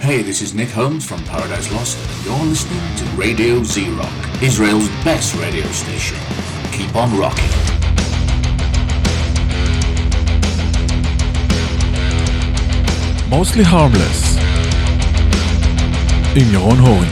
Hey, this is Nick Holmes from Paradise Lost, and you're listening to Radio Z-Rock, Israel's best radio station. Keep on rocking. Mostly Harmless עם ירון הורינג.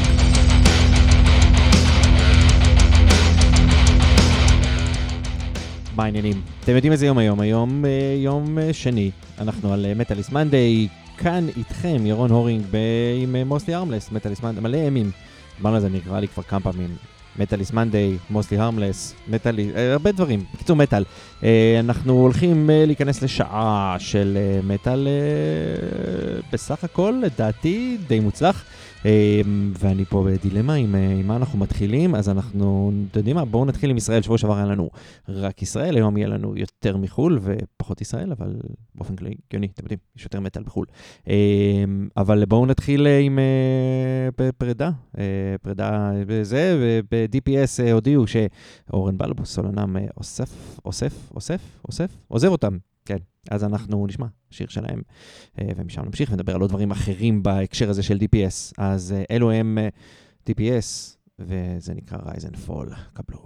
מה העניינים? אתם יודעים איזה יום היום? היום יום שני. אנחנו על מטאליסט מנדיי, כאן איתכם ירון הורינג עם מוסלי הרמלס, מטאליסט מנדיי, מלא ימים. אמרנו לזה נקרא לי כבר כמה פעמים. מטאליסט מנדיי, מוסלי הרמלס, הרבה דברים. בקיצור מטאל. אנחנו הולכים להיכנס לשעה של מטאל בסך הכל, לדעתי, די מוצלח. ואני פה בדילמה עם מה אנחנו מתחילים, אז אנחנו, אתם יודעים מה, בואו נתחיל עם ישראל. שבוע שעבר היה לנו רק ישראל, היום יהיה לנו יותר מחול ופחות ישראל, אבל באופן כללי, הגיוני, אתם יודעים, יש יותר מטל בחול. אבל בואו נתחיל עם פרידה בזה, וב-DPS הודיעו שאורן בלבוס, סולנם, עוזב אותם. כן, אז אנחנו נשמע שיר שלהם, ומשם נמשיך ונדבר על עוד דברים אחרים בהקשר הזה של DPS. אז אלו הם DPS, וזה נקרא Rise and Fall. קבלו.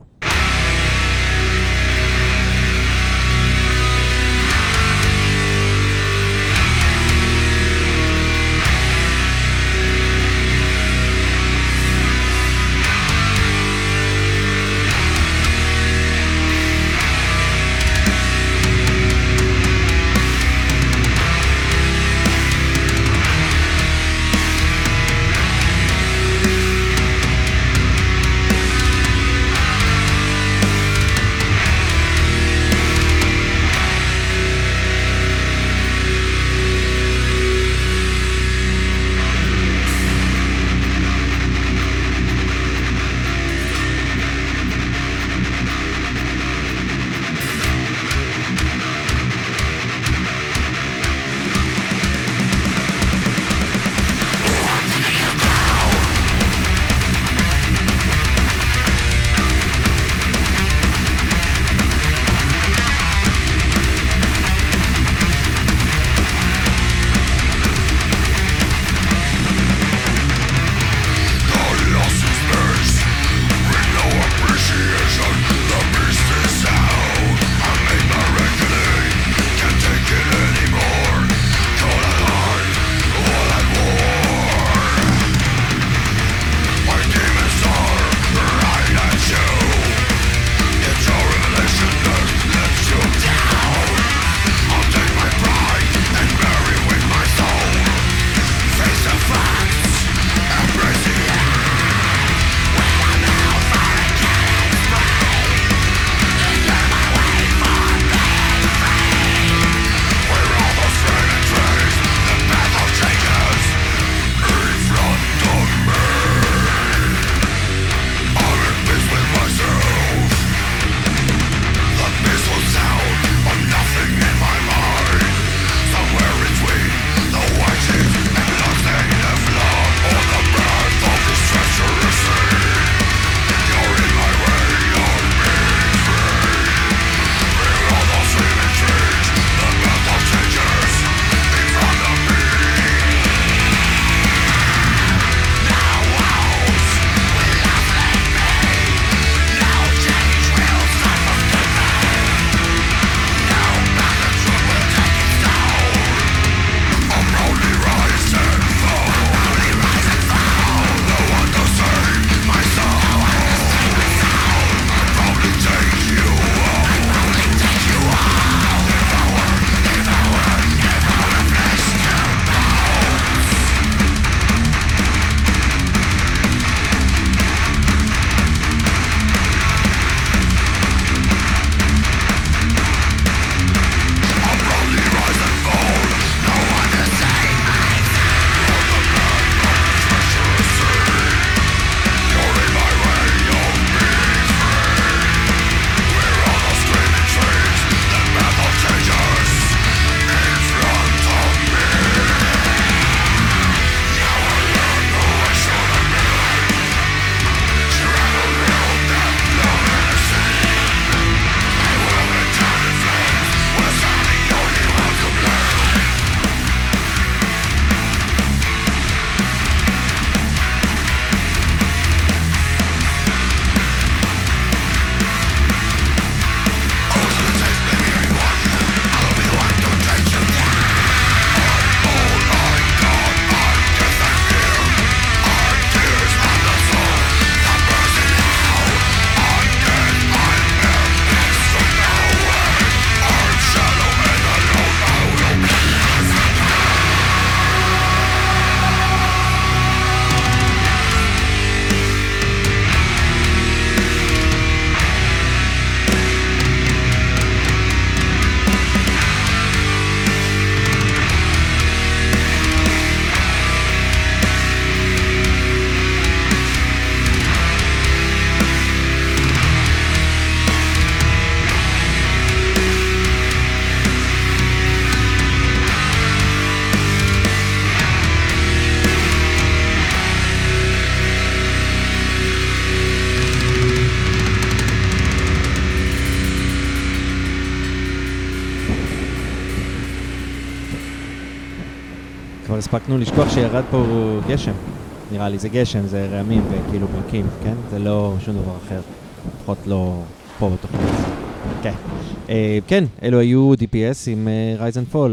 אבל הספקנו לשכוח שירד פה גשם. נראה לי, זה גשם, זה רעמים וכאילו ברקים, כן? זה לא שום דבר אחר. לפחות לא פה בתוכנית. כן. כן, אלו היו DPS עם Rise and Fall.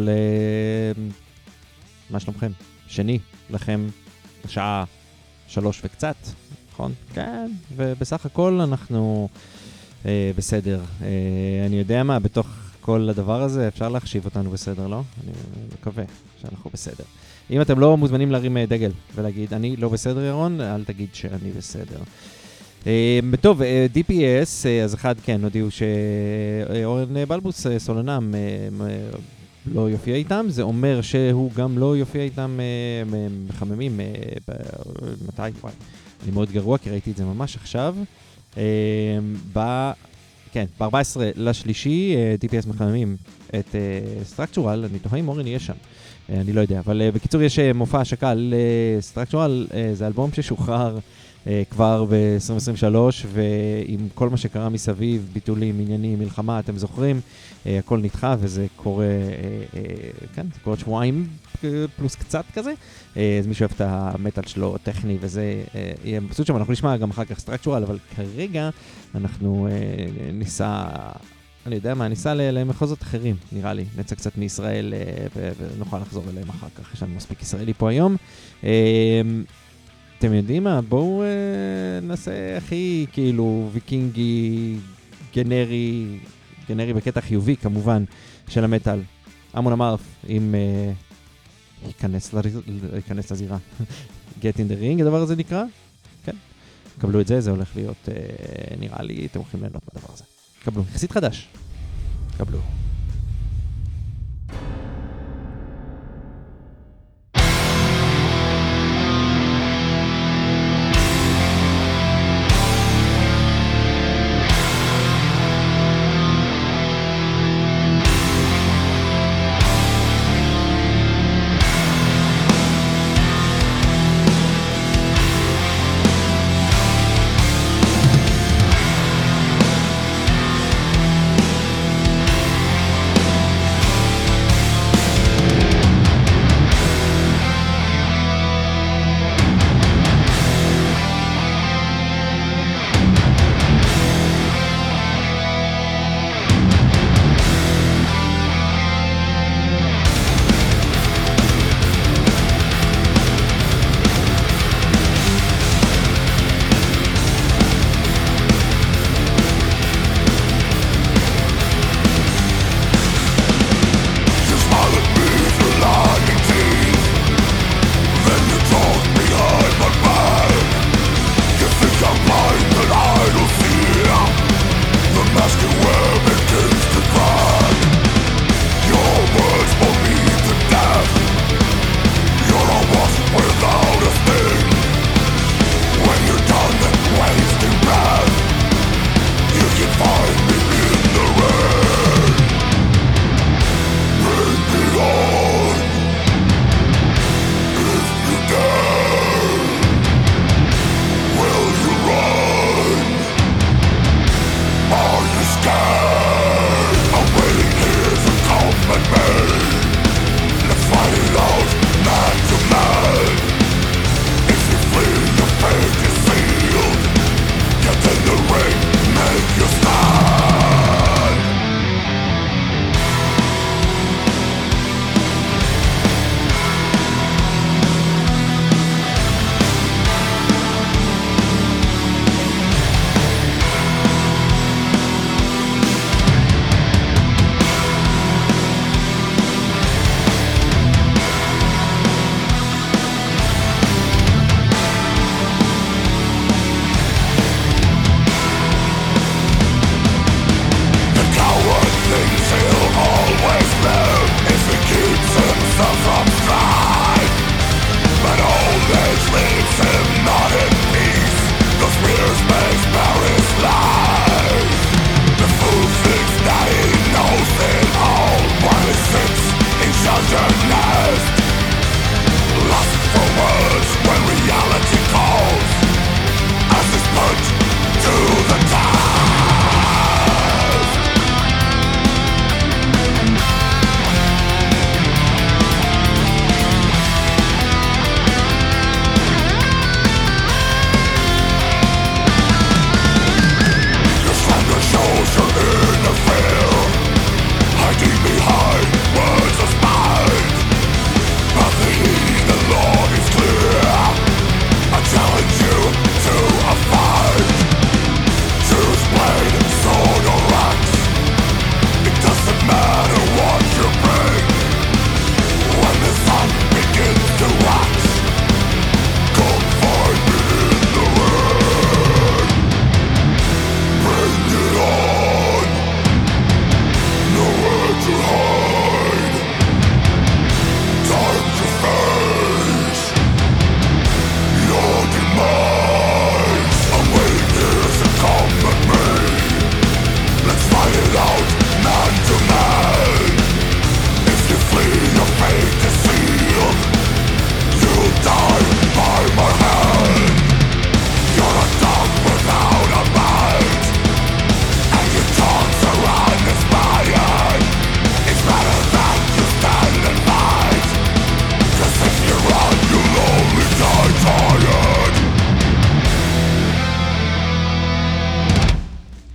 מה שלומכם? שני, לכם בשעה 3 וקצת, נכון? כן, ובסך הכל אנחנו בסדר. אני יודע מה, בתוך כל הדבר הזה אפשר להחשיב אותנו בסדר, לא? אני מקווה שאנחנו בסדר. אם אתם לא מוזמנים להרים דגל ולהגיד, אני לא בסדר ירון, אל תגיד שאני בסדר. טוב, DPS, אז אחד, כן, הודיעו שאורן בלבוס סולנם לא יופיע איתם, זה אומר שהוא גם לא יופיע איתם מחממים, מתי? וואי, אני מאוד גרוע, כי ראיתי את זה ממש עכשיו. כן, ב-14 לשלישי, DPS מחממים את סטרקטורל, אני תוהה אם אורן יהיה שם, אני לא יודע, אבל בקיצור יש מופע השקה לסטרקטורל, זה אלבום ששוחרר כבר ב-2023, ועם כל מה שקרה מסביב, ביטולים, עניינים, מלחמה, אתם זוכרים, הכל נדחה, וזה קורה, כן, זה קורה שבועיים פלוס קצת כזה, אז מי שאוהב את המטל שלו, טכני, וזה יהיה פשוט שם, אנחנו נשמע גם אחר כך סטרקטורל, אבל כרגע אנחנו ניסע, אני יודע מה, ניסע למחוזות אחרים, נראה לי, נצא קצת מישראל, ונוכל לחזור אליהם אחר כך, יש לנו מספיק ישראלי פה היום. אתם יודעים מה? בואו נעשה הכי כאילו ויקינגי, גנרי בקטע חיובי כמובן של המטל. אמון אמרף, אם ייכנס לזירה. Get in the ring, הדבר הזה נקרא? כן. קבלו את זה, זה הולך להיות, נראה לי, אתם הולכים ליהנות מהדבר הזה. קבלו, יחסית חדש. קבלו.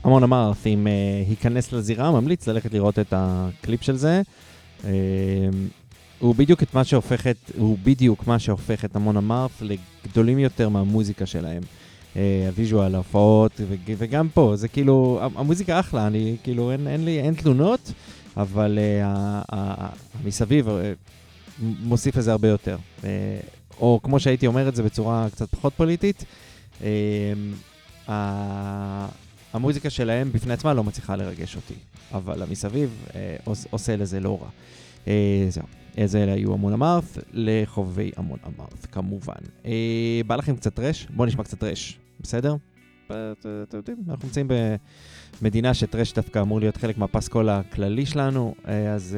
המון אמרת, אם היכנס לזירה, ממליץ ללכת לראות את הקליפ של זה. הוא בדיוק מה שהופך את המון אמרת לגדולים יותר מהמוזיקה שלהם. הוויז'ואל, ההופעות, וגם פה, זה כאילו, המוזיקה אחלה, אני כאילו, אין תלונות, אבל מסביב מוסיף לזה הרבה יותר. או כמו שהייתי אומר את זה בצורה קצת פחות פוליטית, המוזיקה שלהם בפני עצמה לא מצליחה לרגש אותי, אבל המסביב עושה לזה לא רע. זהו. אז אלה היו המון אמרת, לחובי המון אמרת, כמובן. בא לכם קצת טרש? בואו נשמע קצת טרש, בסדר? אתם יודעים, אנחנו נמצאים במדינה שטרש דווקא אמור להיות חלק מהפסקול הכללי שלנו, אז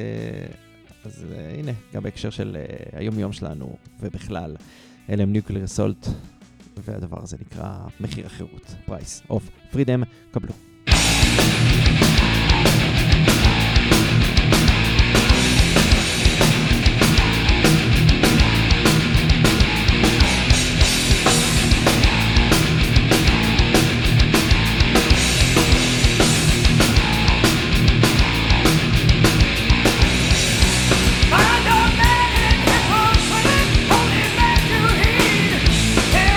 הנה, גם בהקשר של היום-יום שלנו, ובכלל, אלה הם Nuclear Assault, והדבר הזה נקרא מחיר החירות, Price of Freedom, קבלו.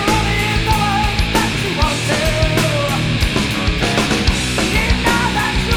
That's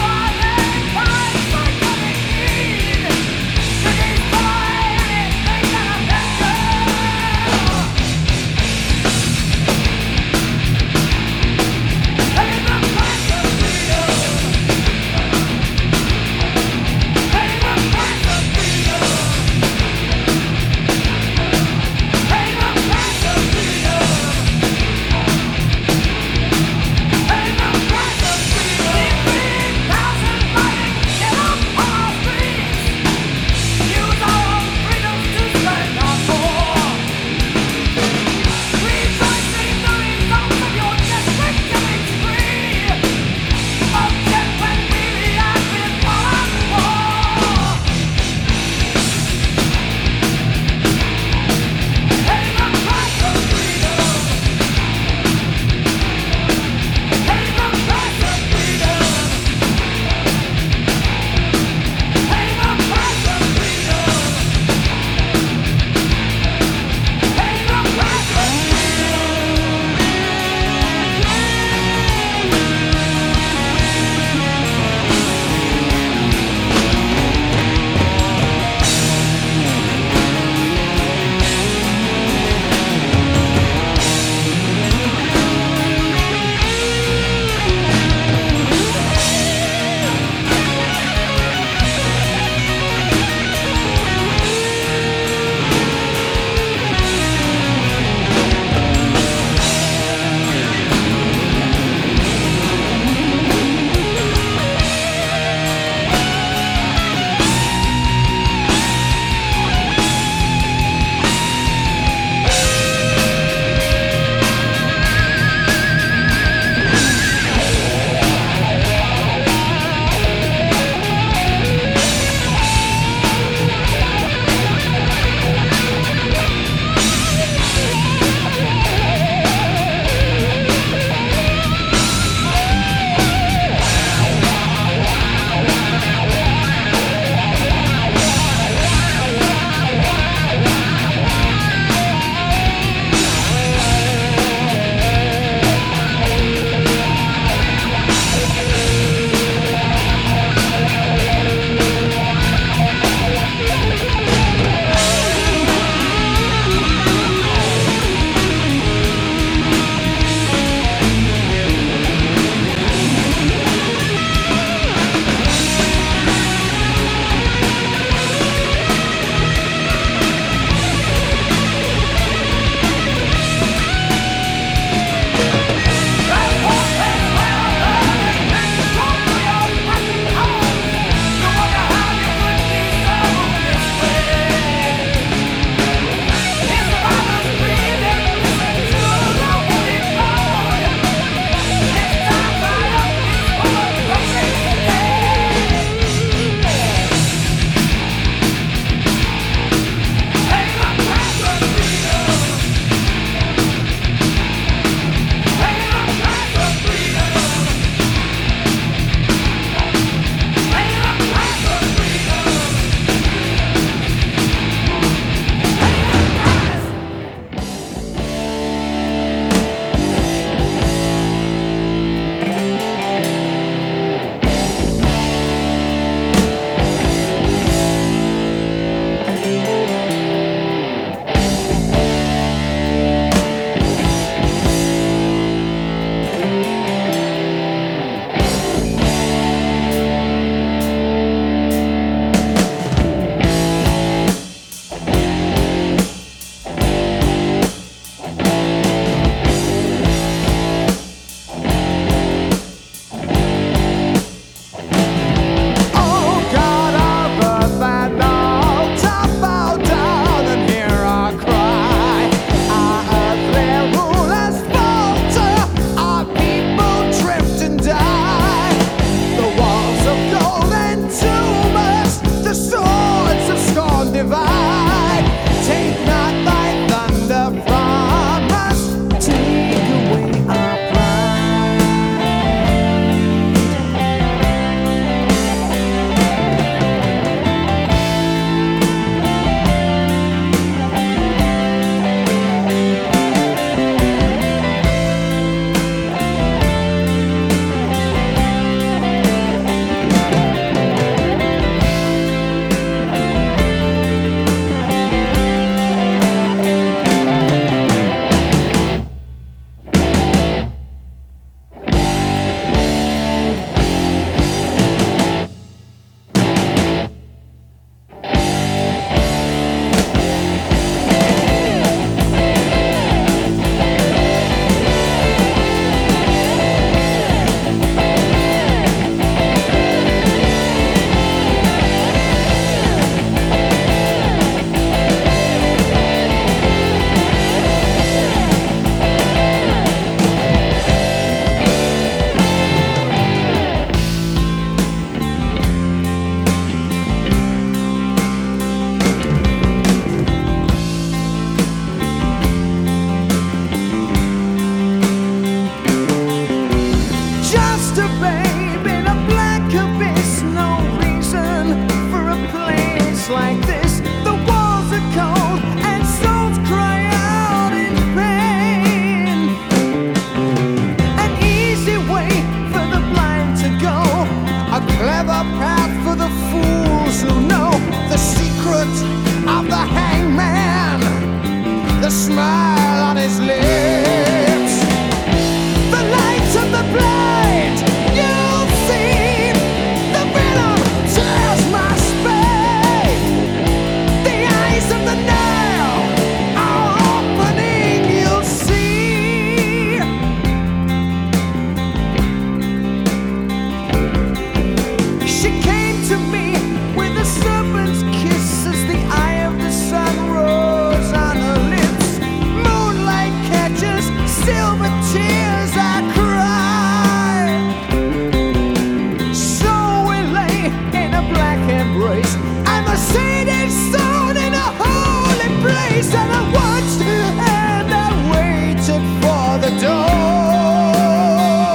watched and I waited for the dawn.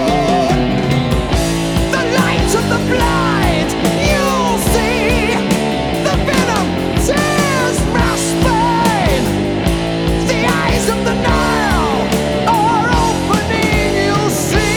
The light of the blind, you'll see the venom tears my spine. The eyes of the Nile are opening, you'll see.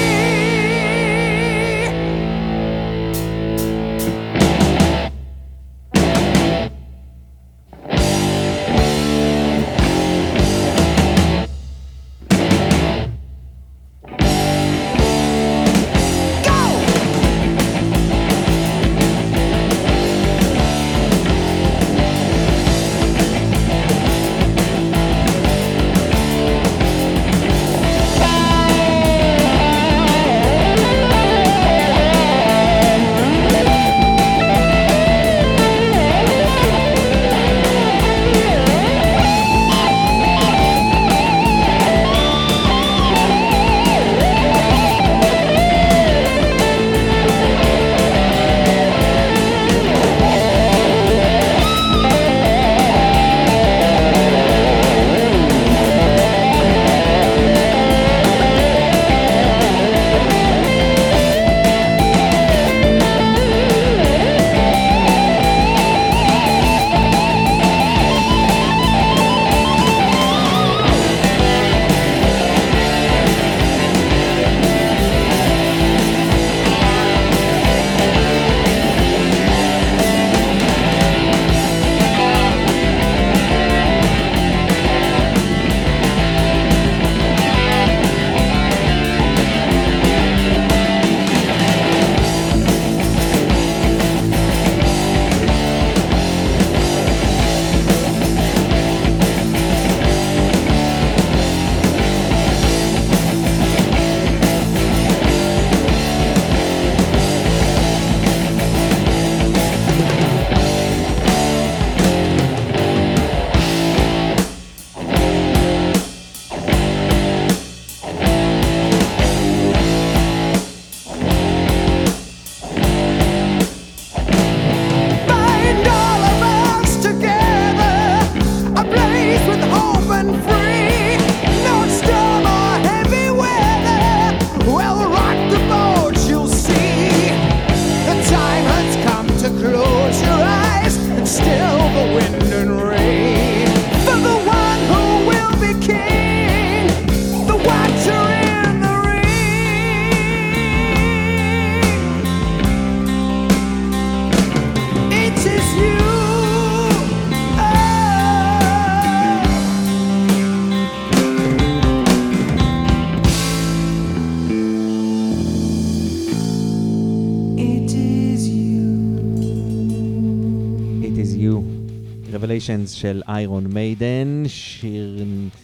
Revelations של איירון מיידן, שיר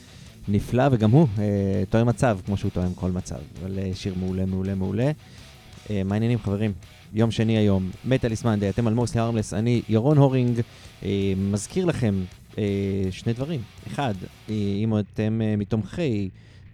נפלא, וגם הוא תואם מצב, כמו שהוא תואם כל מצב, אבל שיר מעולה, מעולה, מעולה. מה העניינים חברים? יום שני היום, מטאליס מנדי, אתם על מוסלי הרמלס, אני ירון הורינג, מזכיר לכם שני דברים. אחד, אם אתם מתומכי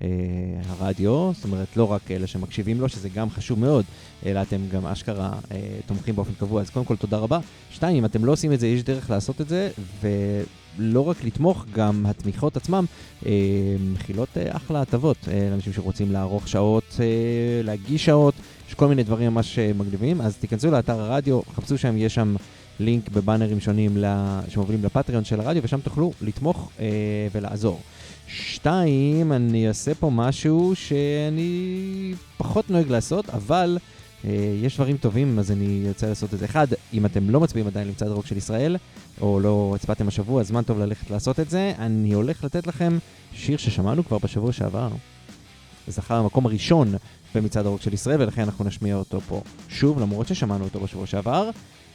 הרדיו, זאת אומרת לא רק אלה שמקשיבים לו, שזה גם חשוב מאוד, אלא אתם גם אשכרה תומכים באופן קבוע, אז קודם כל תודה רבה. שתיים, אם אתם לא עושים את זה, יש דרך לעשות את זה, ולא רק לתמוך, גם התמיכות עצמם מכילות אחלה הטבות לאנשים שרוצים לערוך שעות, להגיש שעות, יש כל מיני דברים ממש מגניבים, אז תיכנסו לאתר הרדיו, חפשו שם, יש שם לינק בבאנרים שונים שמובילים לפטריון של הרדיו, ושם תוכלו לתמוך ולעזור. שתיים, אני אעשה פה משהו שאני פחות נוהג לעשות, אבל יש דברים טובים, אז אני רוצה לעשות את זה. אחד, אם אתם לא מצביעים עדיין למצעד הרוק של ישראל, או לא הצבעתם השבוע, זמן טוב ללכת לעשות את זה. אני הולך לתת לכם שיר ששמענו כבר בשבוע שעבר. זכה המקום הראשון במצעד הרוק של ישראל, ולכן אנחנו נשמיע אותו פה שוב, למרות ששמענו אותו בשבוע שעבר.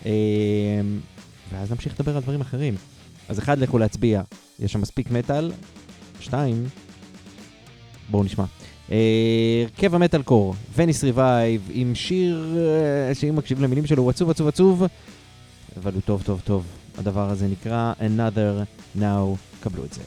ואז נמשיך לדבר על דברים אחרים. אז אחד, לכו להצביע. יש שם מספיק מטל. שתיים, בואו נשמע. הרכב המטל קור, וניס ריבייב, עם שיר שאם מקשיב למילים שלו הוא עצוב, עצוב, עצוב, אבל הוא טוב, טוב, טוב. הדבר הזה נקרא Another Now, קבלו את זה.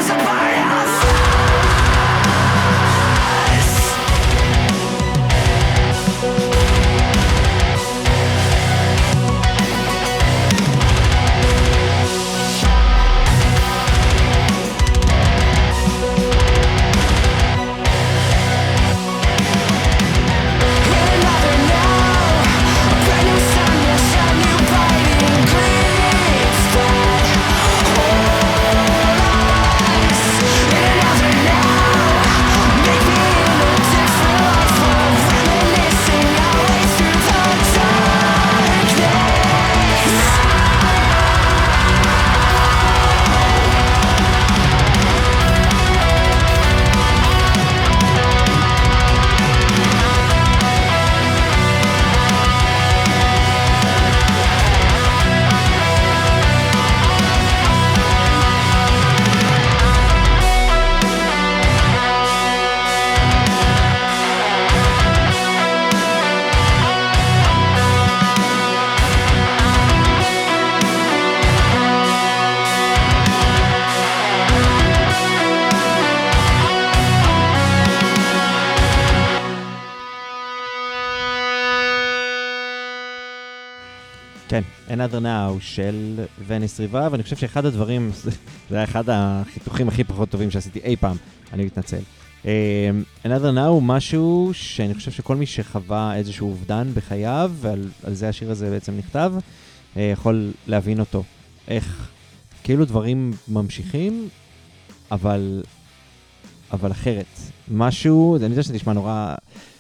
כן, Another Now של וניס ריבה, ואני חושב שאחד הדברים, זה היה אחד החיתוכים הכי פחות טובים שעשיתי אי פעם, אני מתנצל. Another Now הוא משהו שאני חושב שכל מי שחווה איזשהו אובדן בחייו, ועל זה השיר הזה בעצם נכתב, יכול להבין אותו. איך כאילו דברים ממשיכים, אבל אחרת. משהו, אני יודע שזה נשמע נורא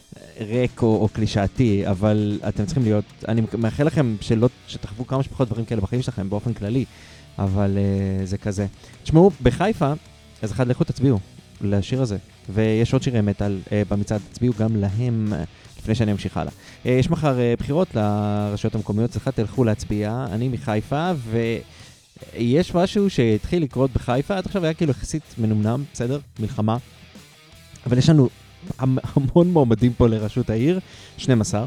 ריק או קלישאתי, אבל אתם צריכים להיות, אני מאחל לכם שתחוו כמה שפחות דברים כאלה בחיים שלכם באופן כללי, אבל זה כזה. תשמעו, בחיפה, אז אחד לכו תצביעו לשיר הזה, ויש עוד שירי מטל במצעד, תצביעו גם להם לפני שאני אמשיך הלאה. יש מחר בחירות לרשויות המקומיות, צריכה תלכו להצביע, אני מחיפה, ויש משהו שהתחיל לקרות בחיפה, עד עכשיו היה כאילו יחסית מנומנם, בסדר? מלחמה, אבל יש לנו המון מועמדים פה לראשות העיר, 12,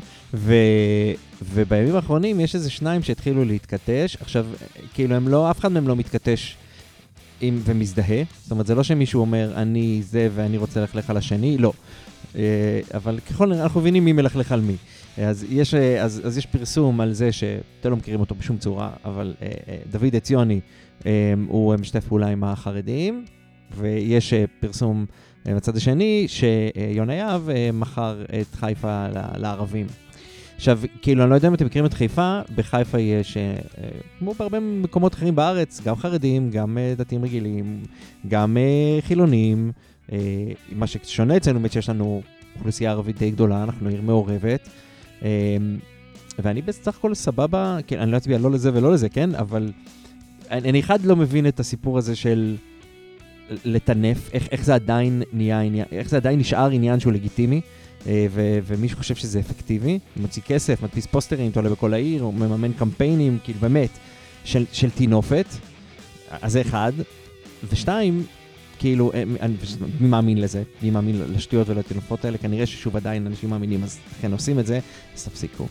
ובימים האחרונים יש איזה שניים שהתחילו להתקטש, עכשיו, כאילו הם לא, אף אחד מהם לא מתקטש ומזדהה, זאת אומרת, זה לא שמישהו אומר, אני זה ואני רוצה ללכלך על השני, לא. אבל ככל נראה, אנחנו מבינים מי מלכלך על מי. אז יש פרסום על זה שאתם לא מכירים אותו בשום צורה, אבל דוד עציוני הוא משתף פעולה עם החרדים, ויש פרסום מצד השני שיונה יהב מכר את חיפה לערבים. עכשיו, כאילו, אני לא יודע אם אתם מכירים את חיפה, בחיפה יש, כמו בהרבה מקומות אחרים בארץ, גם חרדים, גם דתיים רגילים, גם חילונים. מה ששונה אצלנו, באמת שיש לנו אוכלוסייה ערבית די גדולה, אנחנו עיר מעורבת, ואני בסך הכל סבבה, כן, אני לא אצביע לא לזה ולא לזה, כן? אבל אני אחד לא מבין את הסיפור הזה של לטנף, איך זה עדיין איך זה עדיין נשאר עניין שהוא לגיטימי, ומישהו חושב שזה אפקטיבי, מוציא כסף, מדפיס פוסטרים, תולה בכל העיר, הוא מממן קמפיינים, כאילו באמת, של תינופת, אז זה אחד, ושתיים, כאילו, מי מאמין לזה? מי מאמין לשטויות ולתינופות האלה? כנראה ששוב עדיין אנשים מאמינים, אז לכן עושים את זה, אז תפסיקו.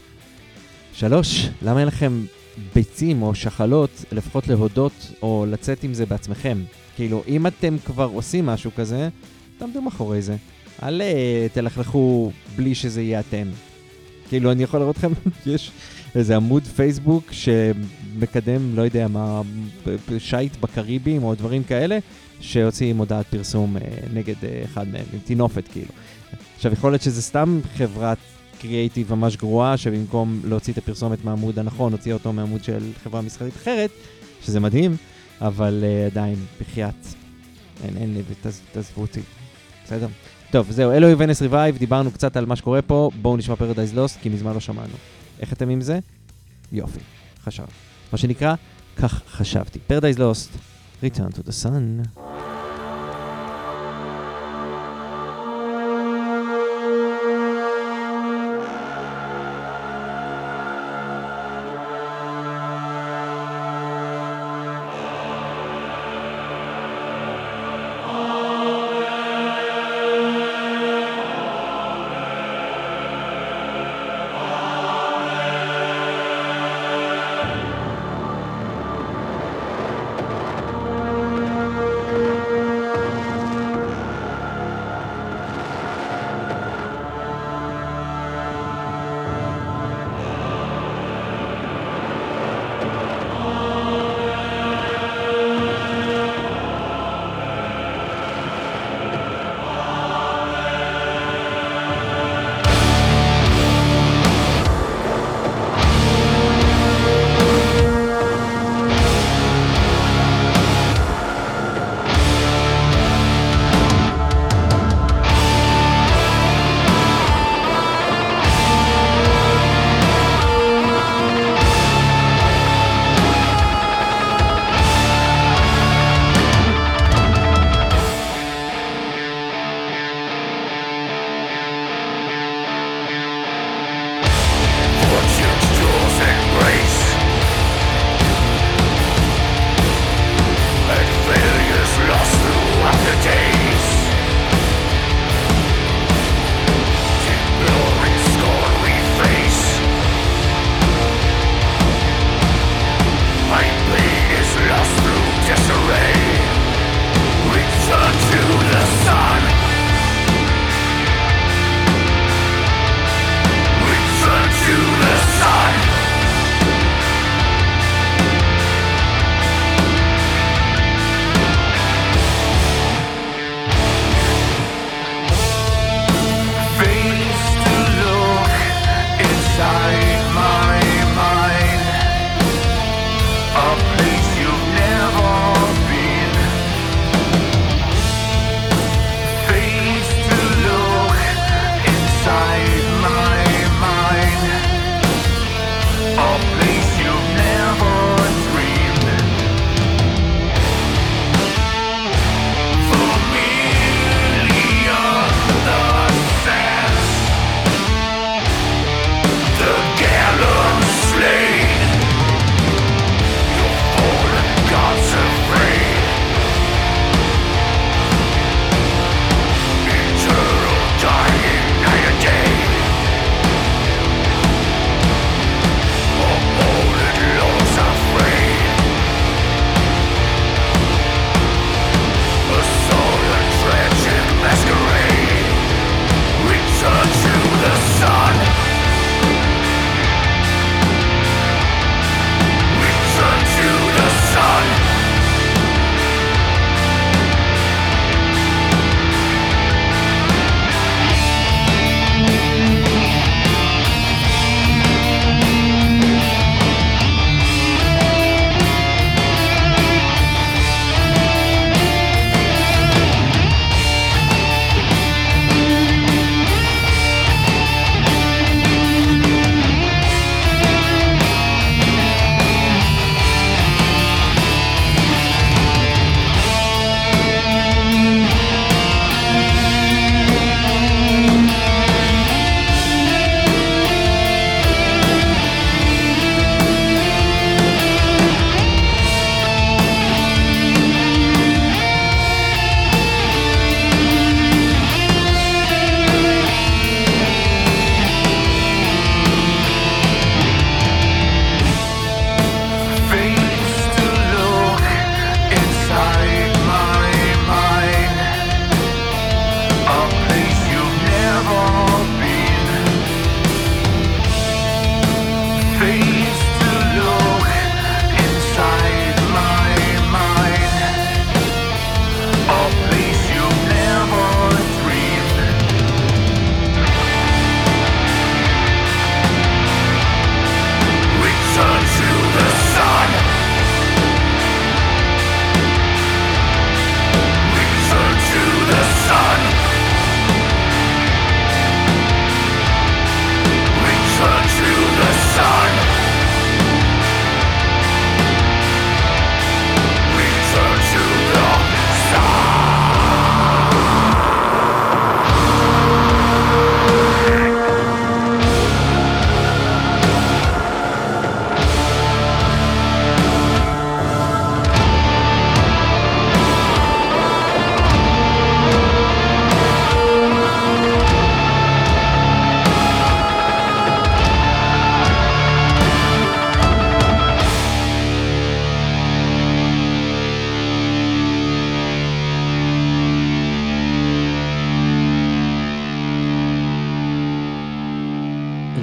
3, למה אין לכם ביצים או שחלות, לפחות להודות או לצאת עם זה בעצמכם? כאילו, אם אתם כבר עושים משהו כזה, תעמדו מאחורי זה. אל תלכלכו בלי שזה יהיה אתם. כאילו, אני יכול לראות לכם, יש איזה עמוד פייסבוק שמקדם, לא יודע מה, שייט בקריבים או דברים כאלה, שהוצאים הודעת פרסום נגד אחד מהם, עם תינופת כאילו. עכשיו, יכול להיות שזה סתם חברת קריאייטיב ממש גרועה, שבמקום להוציא את הפרסומת מהעמוד הנכון, הוציא אותו מהעמוד של חברה מסחרית אחרת, שזה מדהים, אבל עדיין, בחייאת, אין לי, תעזבו אותי. בסדר? טוב, זהו, אלוהי ונס ריבייב, דיברנו קצת על מה שקורה פה, בואו נשמע פרדייז לוסט, כי מזמן לא שמענו. איך אתם עם זה? יופי, חשב. מה שנקרא, כך חשבתי. פרדייז לוסט, Return to the Sun.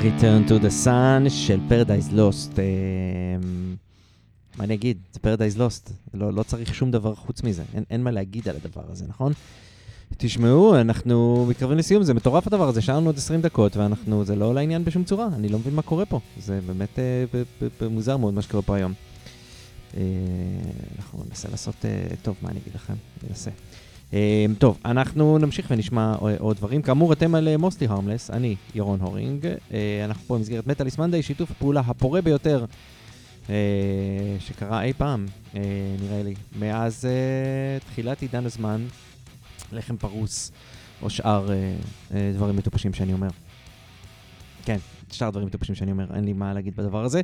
Return to the Sun של Paradise Lost. מה אני אגיד? זה Paradise Lost. לא צריך שום דבר חוץ מזה. אין מה להגיד על הדבר הזה, נכון? תשמעו, אנחנו מתקרבים לסיום. זה מטורף הדבר הזה. שאלנו עוד 20 דקות, ואנחנו, זה לא לעניין בשום צורה. אני לא מבין מה קורה פה. זה באמת מוזר מאוד מה שקורה פה היום. אנחנו ננסה לעשות טוב, מה אני אגיד לכם? ננסה. טוב, אנחנו נמשיך ונשמע עוד דברים. כאמור, אתם על Mostly Harmless, אני ירון הורינג. אנחנו פה במסגרת מטאליסט מנדיי, שיתוף הפעולה הפורה ביותר שקרה אי פעם, נראה לי, מאז תחילת עידן הזמן, לחם פרוס, או שאר דברים מטופשים שאני אומר. כן, שאר דברים מטופשים שאני אומר, אין לי מה להגיד בדבר הזה.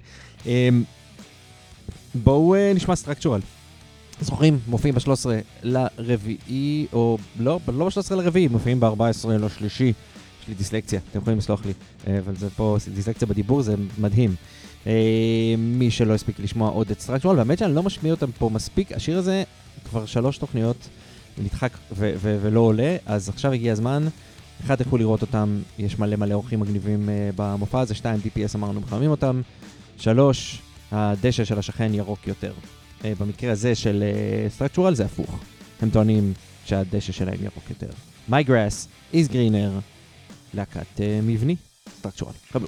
בואו נשמע סטרקצ'ורל. זוכרים, מופיעים ב-13 לרביעי, או לא ב-13 לרביעי, מופיעים ב-14 לשלישי. יש לי דיסלקציה, אתם יכולים לסלוח לי, אבל זה פה דיסלקציה בדיבור, זה מדהים. מי שלא הספיק לשמוע עוד את סטרקצ'ורל, והאמת שאני לא משמיע אותם פה מספיק, השיר הזה כבר 3 תוכניות, נדחק ולא עולה, אז עכשיו הגיע הזמן. 1, תלכו לראות אותם, יש מלא אורחים מגניבים במופע הזה. 2, DPS אמרנו, מחממים אותם. 3, הדשא של השכן ירוק יותר. במקרה הזה של סטרקצ'ורל זה הפוך. הם טוענים שהדשא שלהם ירוק יותר. My grass is greener. להקת מבני, סטרקצ'ורל. קבלו.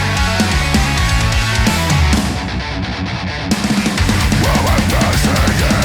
Again.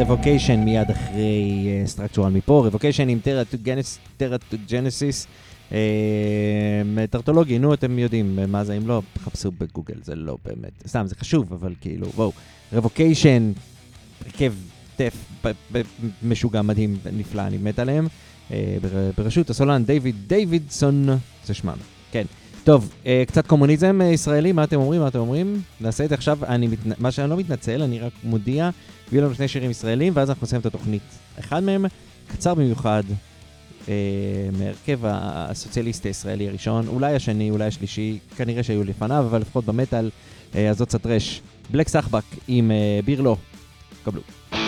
רבוקיישן מיד אחרי סטרקצ'ורל מפה, רבוקיישן עם טרטוג'נסיס, טרטולוגי, נו אתם יודעים מה זה, אם לא, חפשו בגוגל, זה לא באמת, סתם זה חשוב, אבל כאילו, בואו, רבוקיישן, הרכב טף, משוגע מדהים, נפלא, אני מת עליהם, בראשות הסולן דיווידסון, זה שמם, כן. טוב, קצת קומוניזם ישראלי, מה אתם אומרים? נעשה את זה עכשיו, מה שאני לא מתנצל, אני רק מודיע, ויהיו לנו 2 שירים ישראלים, ואז אנחנו נסיים את התוכנית. אחד מהם, קצר במיוחד, מהרכב הסוציאליסט הישראלי הראשון, אולי השני, אולי השלישי, כנראה שהיו לפניו, אבל לפחות במטל, אז זאת סטרש, בלק סחבק עם ביר לא, קבלו.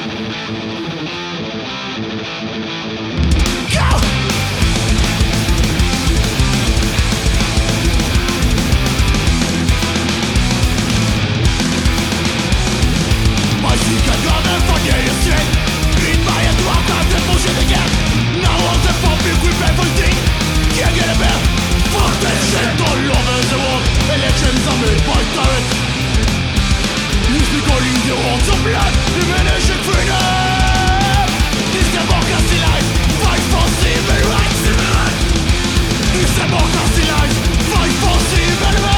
Elections are made by tyrants. You speak only the words of blood. Diminish freedom. This democracy lies. Fight for civil rights. This democracy lies. Fight for civil rights.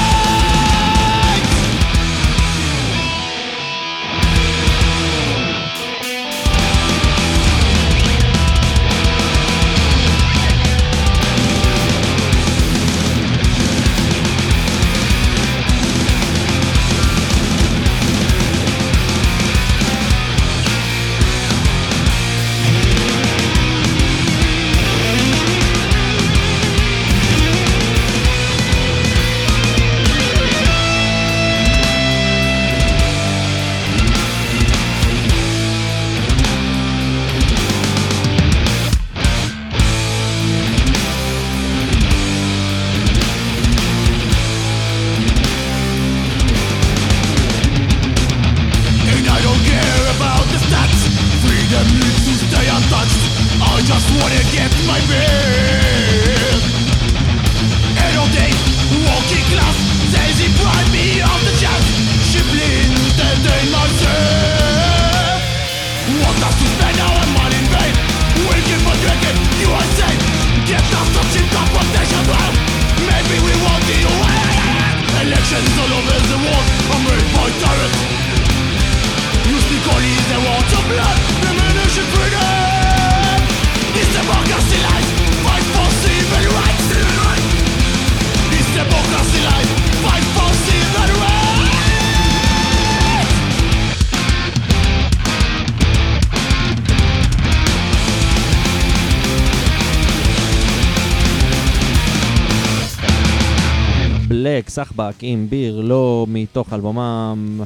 בלק סחבק עם ביר לא מתוך אלבומם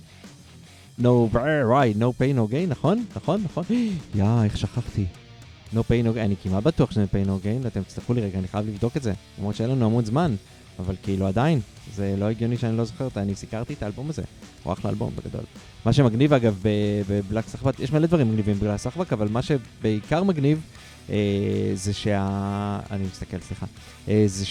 No Pain No Gain, נכון? איך שכחתי No Pain No Gain, אני כמעט בטוח שזה Pain No Gain, אתם תצטרכו לי רגע, אני חייב לבדוק את זה, למרות שאין לנו המון זמן, אבל כאילו עדיין, זה לא הגיוני שאני לא זוכר, אני סיקרתי את האלבום הזה, הוא אחלה אלבום בגדול. מה שמגניב אגב בבלק סחבק, יש מלא דברים מגניבים בבלק סחבק, אבל מה שבעיקר מגניב זה אני מסתכל, סליחה, זה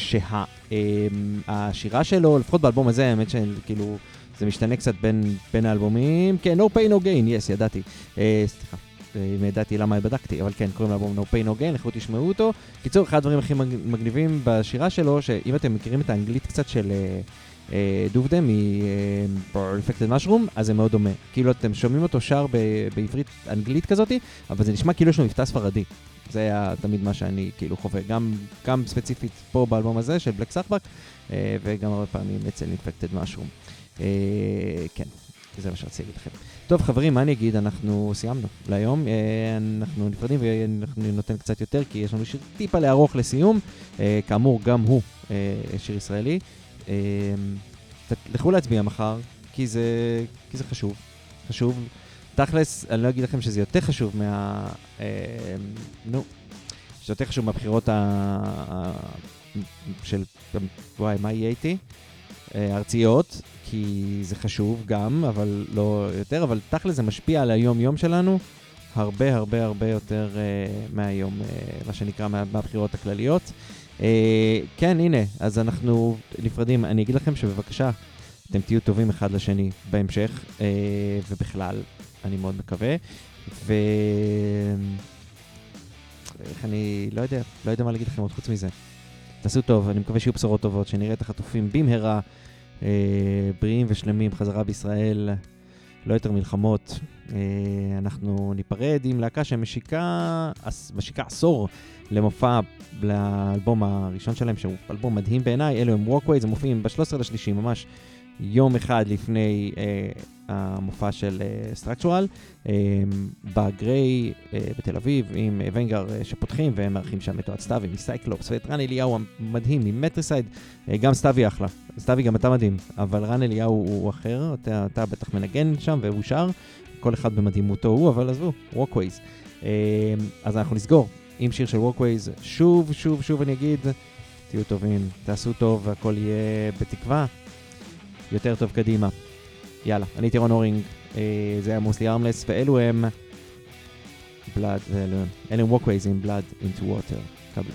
שהשירה שלו, לפחות באלבום הזה, האמת שכאילו זה משתנה קצת בין האלבומים, כן, No Pain No Gain, yes, ידעתי, סליחה, אם ידעתי למה בדקתי, אבל כן, קוראים לאלבום No Pain No Gain, לכו תשמעו אותו. קיצור, אחד הדברים הכי מגניבים בשירה שלו, שאם אתם מכירים את האנגלית קצת של דובדה מ-Infected Mushroom, אז זה מאוד דומה. כאילו אתם שומעים אותו שר בעברית אנגלית כזאת, אבל זה נשמע כאילו יש לו מבטא ספרדי. זה היה תמיד מה שאני כאילו חווה, גם ספציפית פה באלבום הזה של בלק סחבק, וגם הרבה פעמים אצל Infected Mushroom. כן, זה מה שרציתי להגיד לכם. טוב חברים, מה אני אגיד? אנחנו סיימנו להיום, אנחנו נפרדים ואנחנו נותן קצת יותר, כי יש לנו שיר טיפה לארוך לסיום, כאמור גם הוא שיר ישראלי. לכו להצביע מחר, כי זה חשוב. תכלס, אני לא אגיד לכם שזה יותר חשוב שזה יותר חשוב מהבחירות של, וואי, מה יהיה איתי? ארציות, כי זה חשוב גם, אבל לא יותר, אבל תכלס זה משפיע על היום-יום שלנו, הרבה יותר מהיום, מה שנקרא מהבחירות הכלליות. כן, הנה, אז אנחנו נפרדים. אני אגיד לכם שבבקשה, אתם תהיו טובים אחד לשני בהמשך, ובכלל, אני מאוד מקווה. איך אני לא יודע מה להגיד לכם עוד חוץ מזה. תעשו טוב, אני מקווה שיהיו בשורות טובות, שנראה את החטופים במהרה, בריאים ושלמים, חזרה בישראל, לא יותר מלחמות. אנחנו ניפרד עם להקה שמשיקה עשור למופע לאלבום הראשון שלהם, שהוא אלבום מדהים בעיניי, אלו הם Walkways, הם מופיעים ב-13/3, ממש יום אחד לפני המופע של Structural, בגריי בתל אביב, עם ונגר שפותחים, והם מארחים שם את אוהד סטאבי מסייקלופס, ואת רן אליהו המדהים ממטריסייד, גם סטאבי אחלה, סטאבי גם אתה מדהים, אבל רן אליהו הוא אחר, אתה בטח מנגן שם והוא שר, כל אחד במדהימותו הוא, אבל עזבו, Walkways. אז אנחנו נסגור עם שיר של Walkways, שוב אני אגיד, תהיו טובים, תעשו טוב, והכל יהיה בתקווה יותר טוב קדימה. יאללה, אני טירון הורינג, זה היה מוסלי ארמלס, ואלו הם אלו הם Walkways עם Blood into Water. קבלו.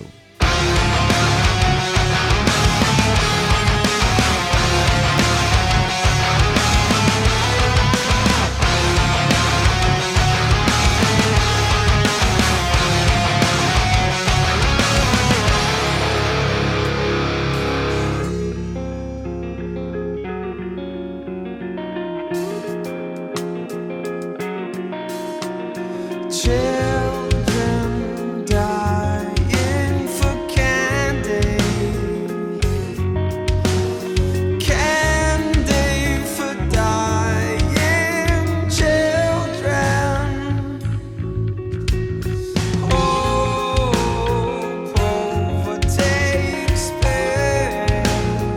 Children dying for candy, candy for dying children. Hope overtakes pain,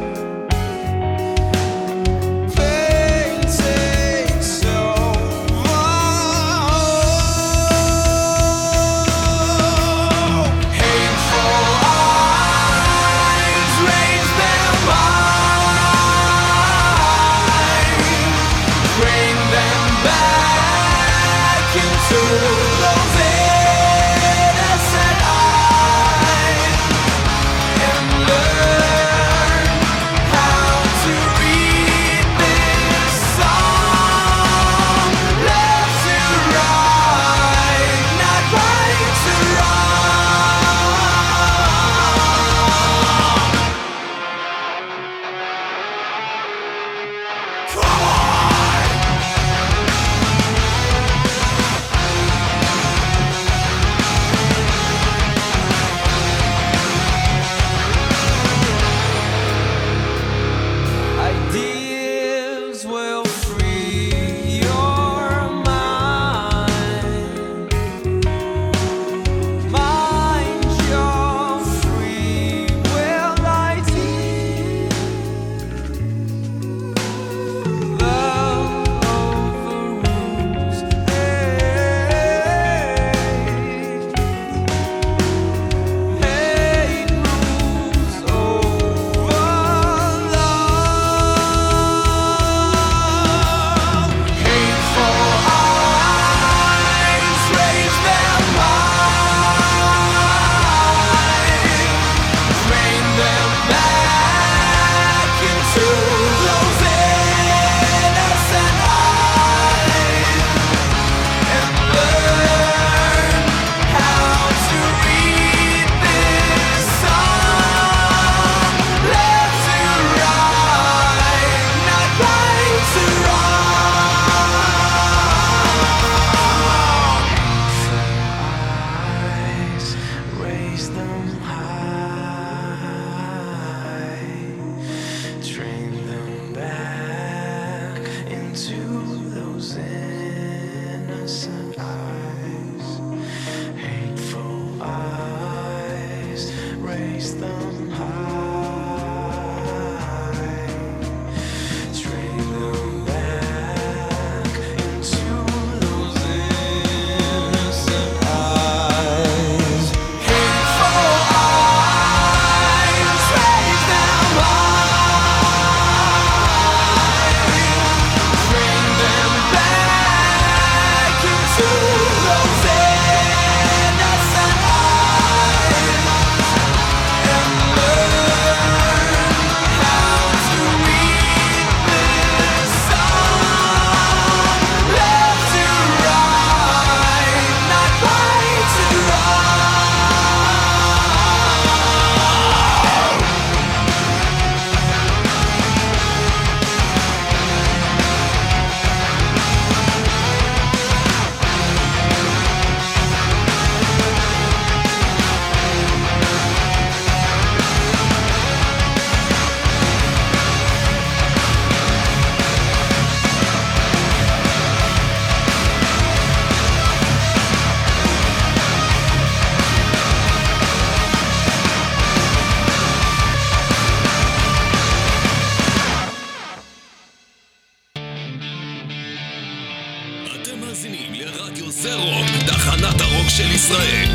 pain takes over. Ideas will free your mind, mind your free will ideas. Love overrules hate rules over love. Hateful eyes raise their mind, drain them back into those innocent eyes, and learn how to read this song. Left to right, not right to wrong. Eyes, raise them high, train them back into those innocent eyes. Hateful eyes, raise them high, train them back into those innocent eyes. Hateful eyes, raise them high, train them back into מאזינים לרדיו זה רוק, תחנת הרוק של ישראל.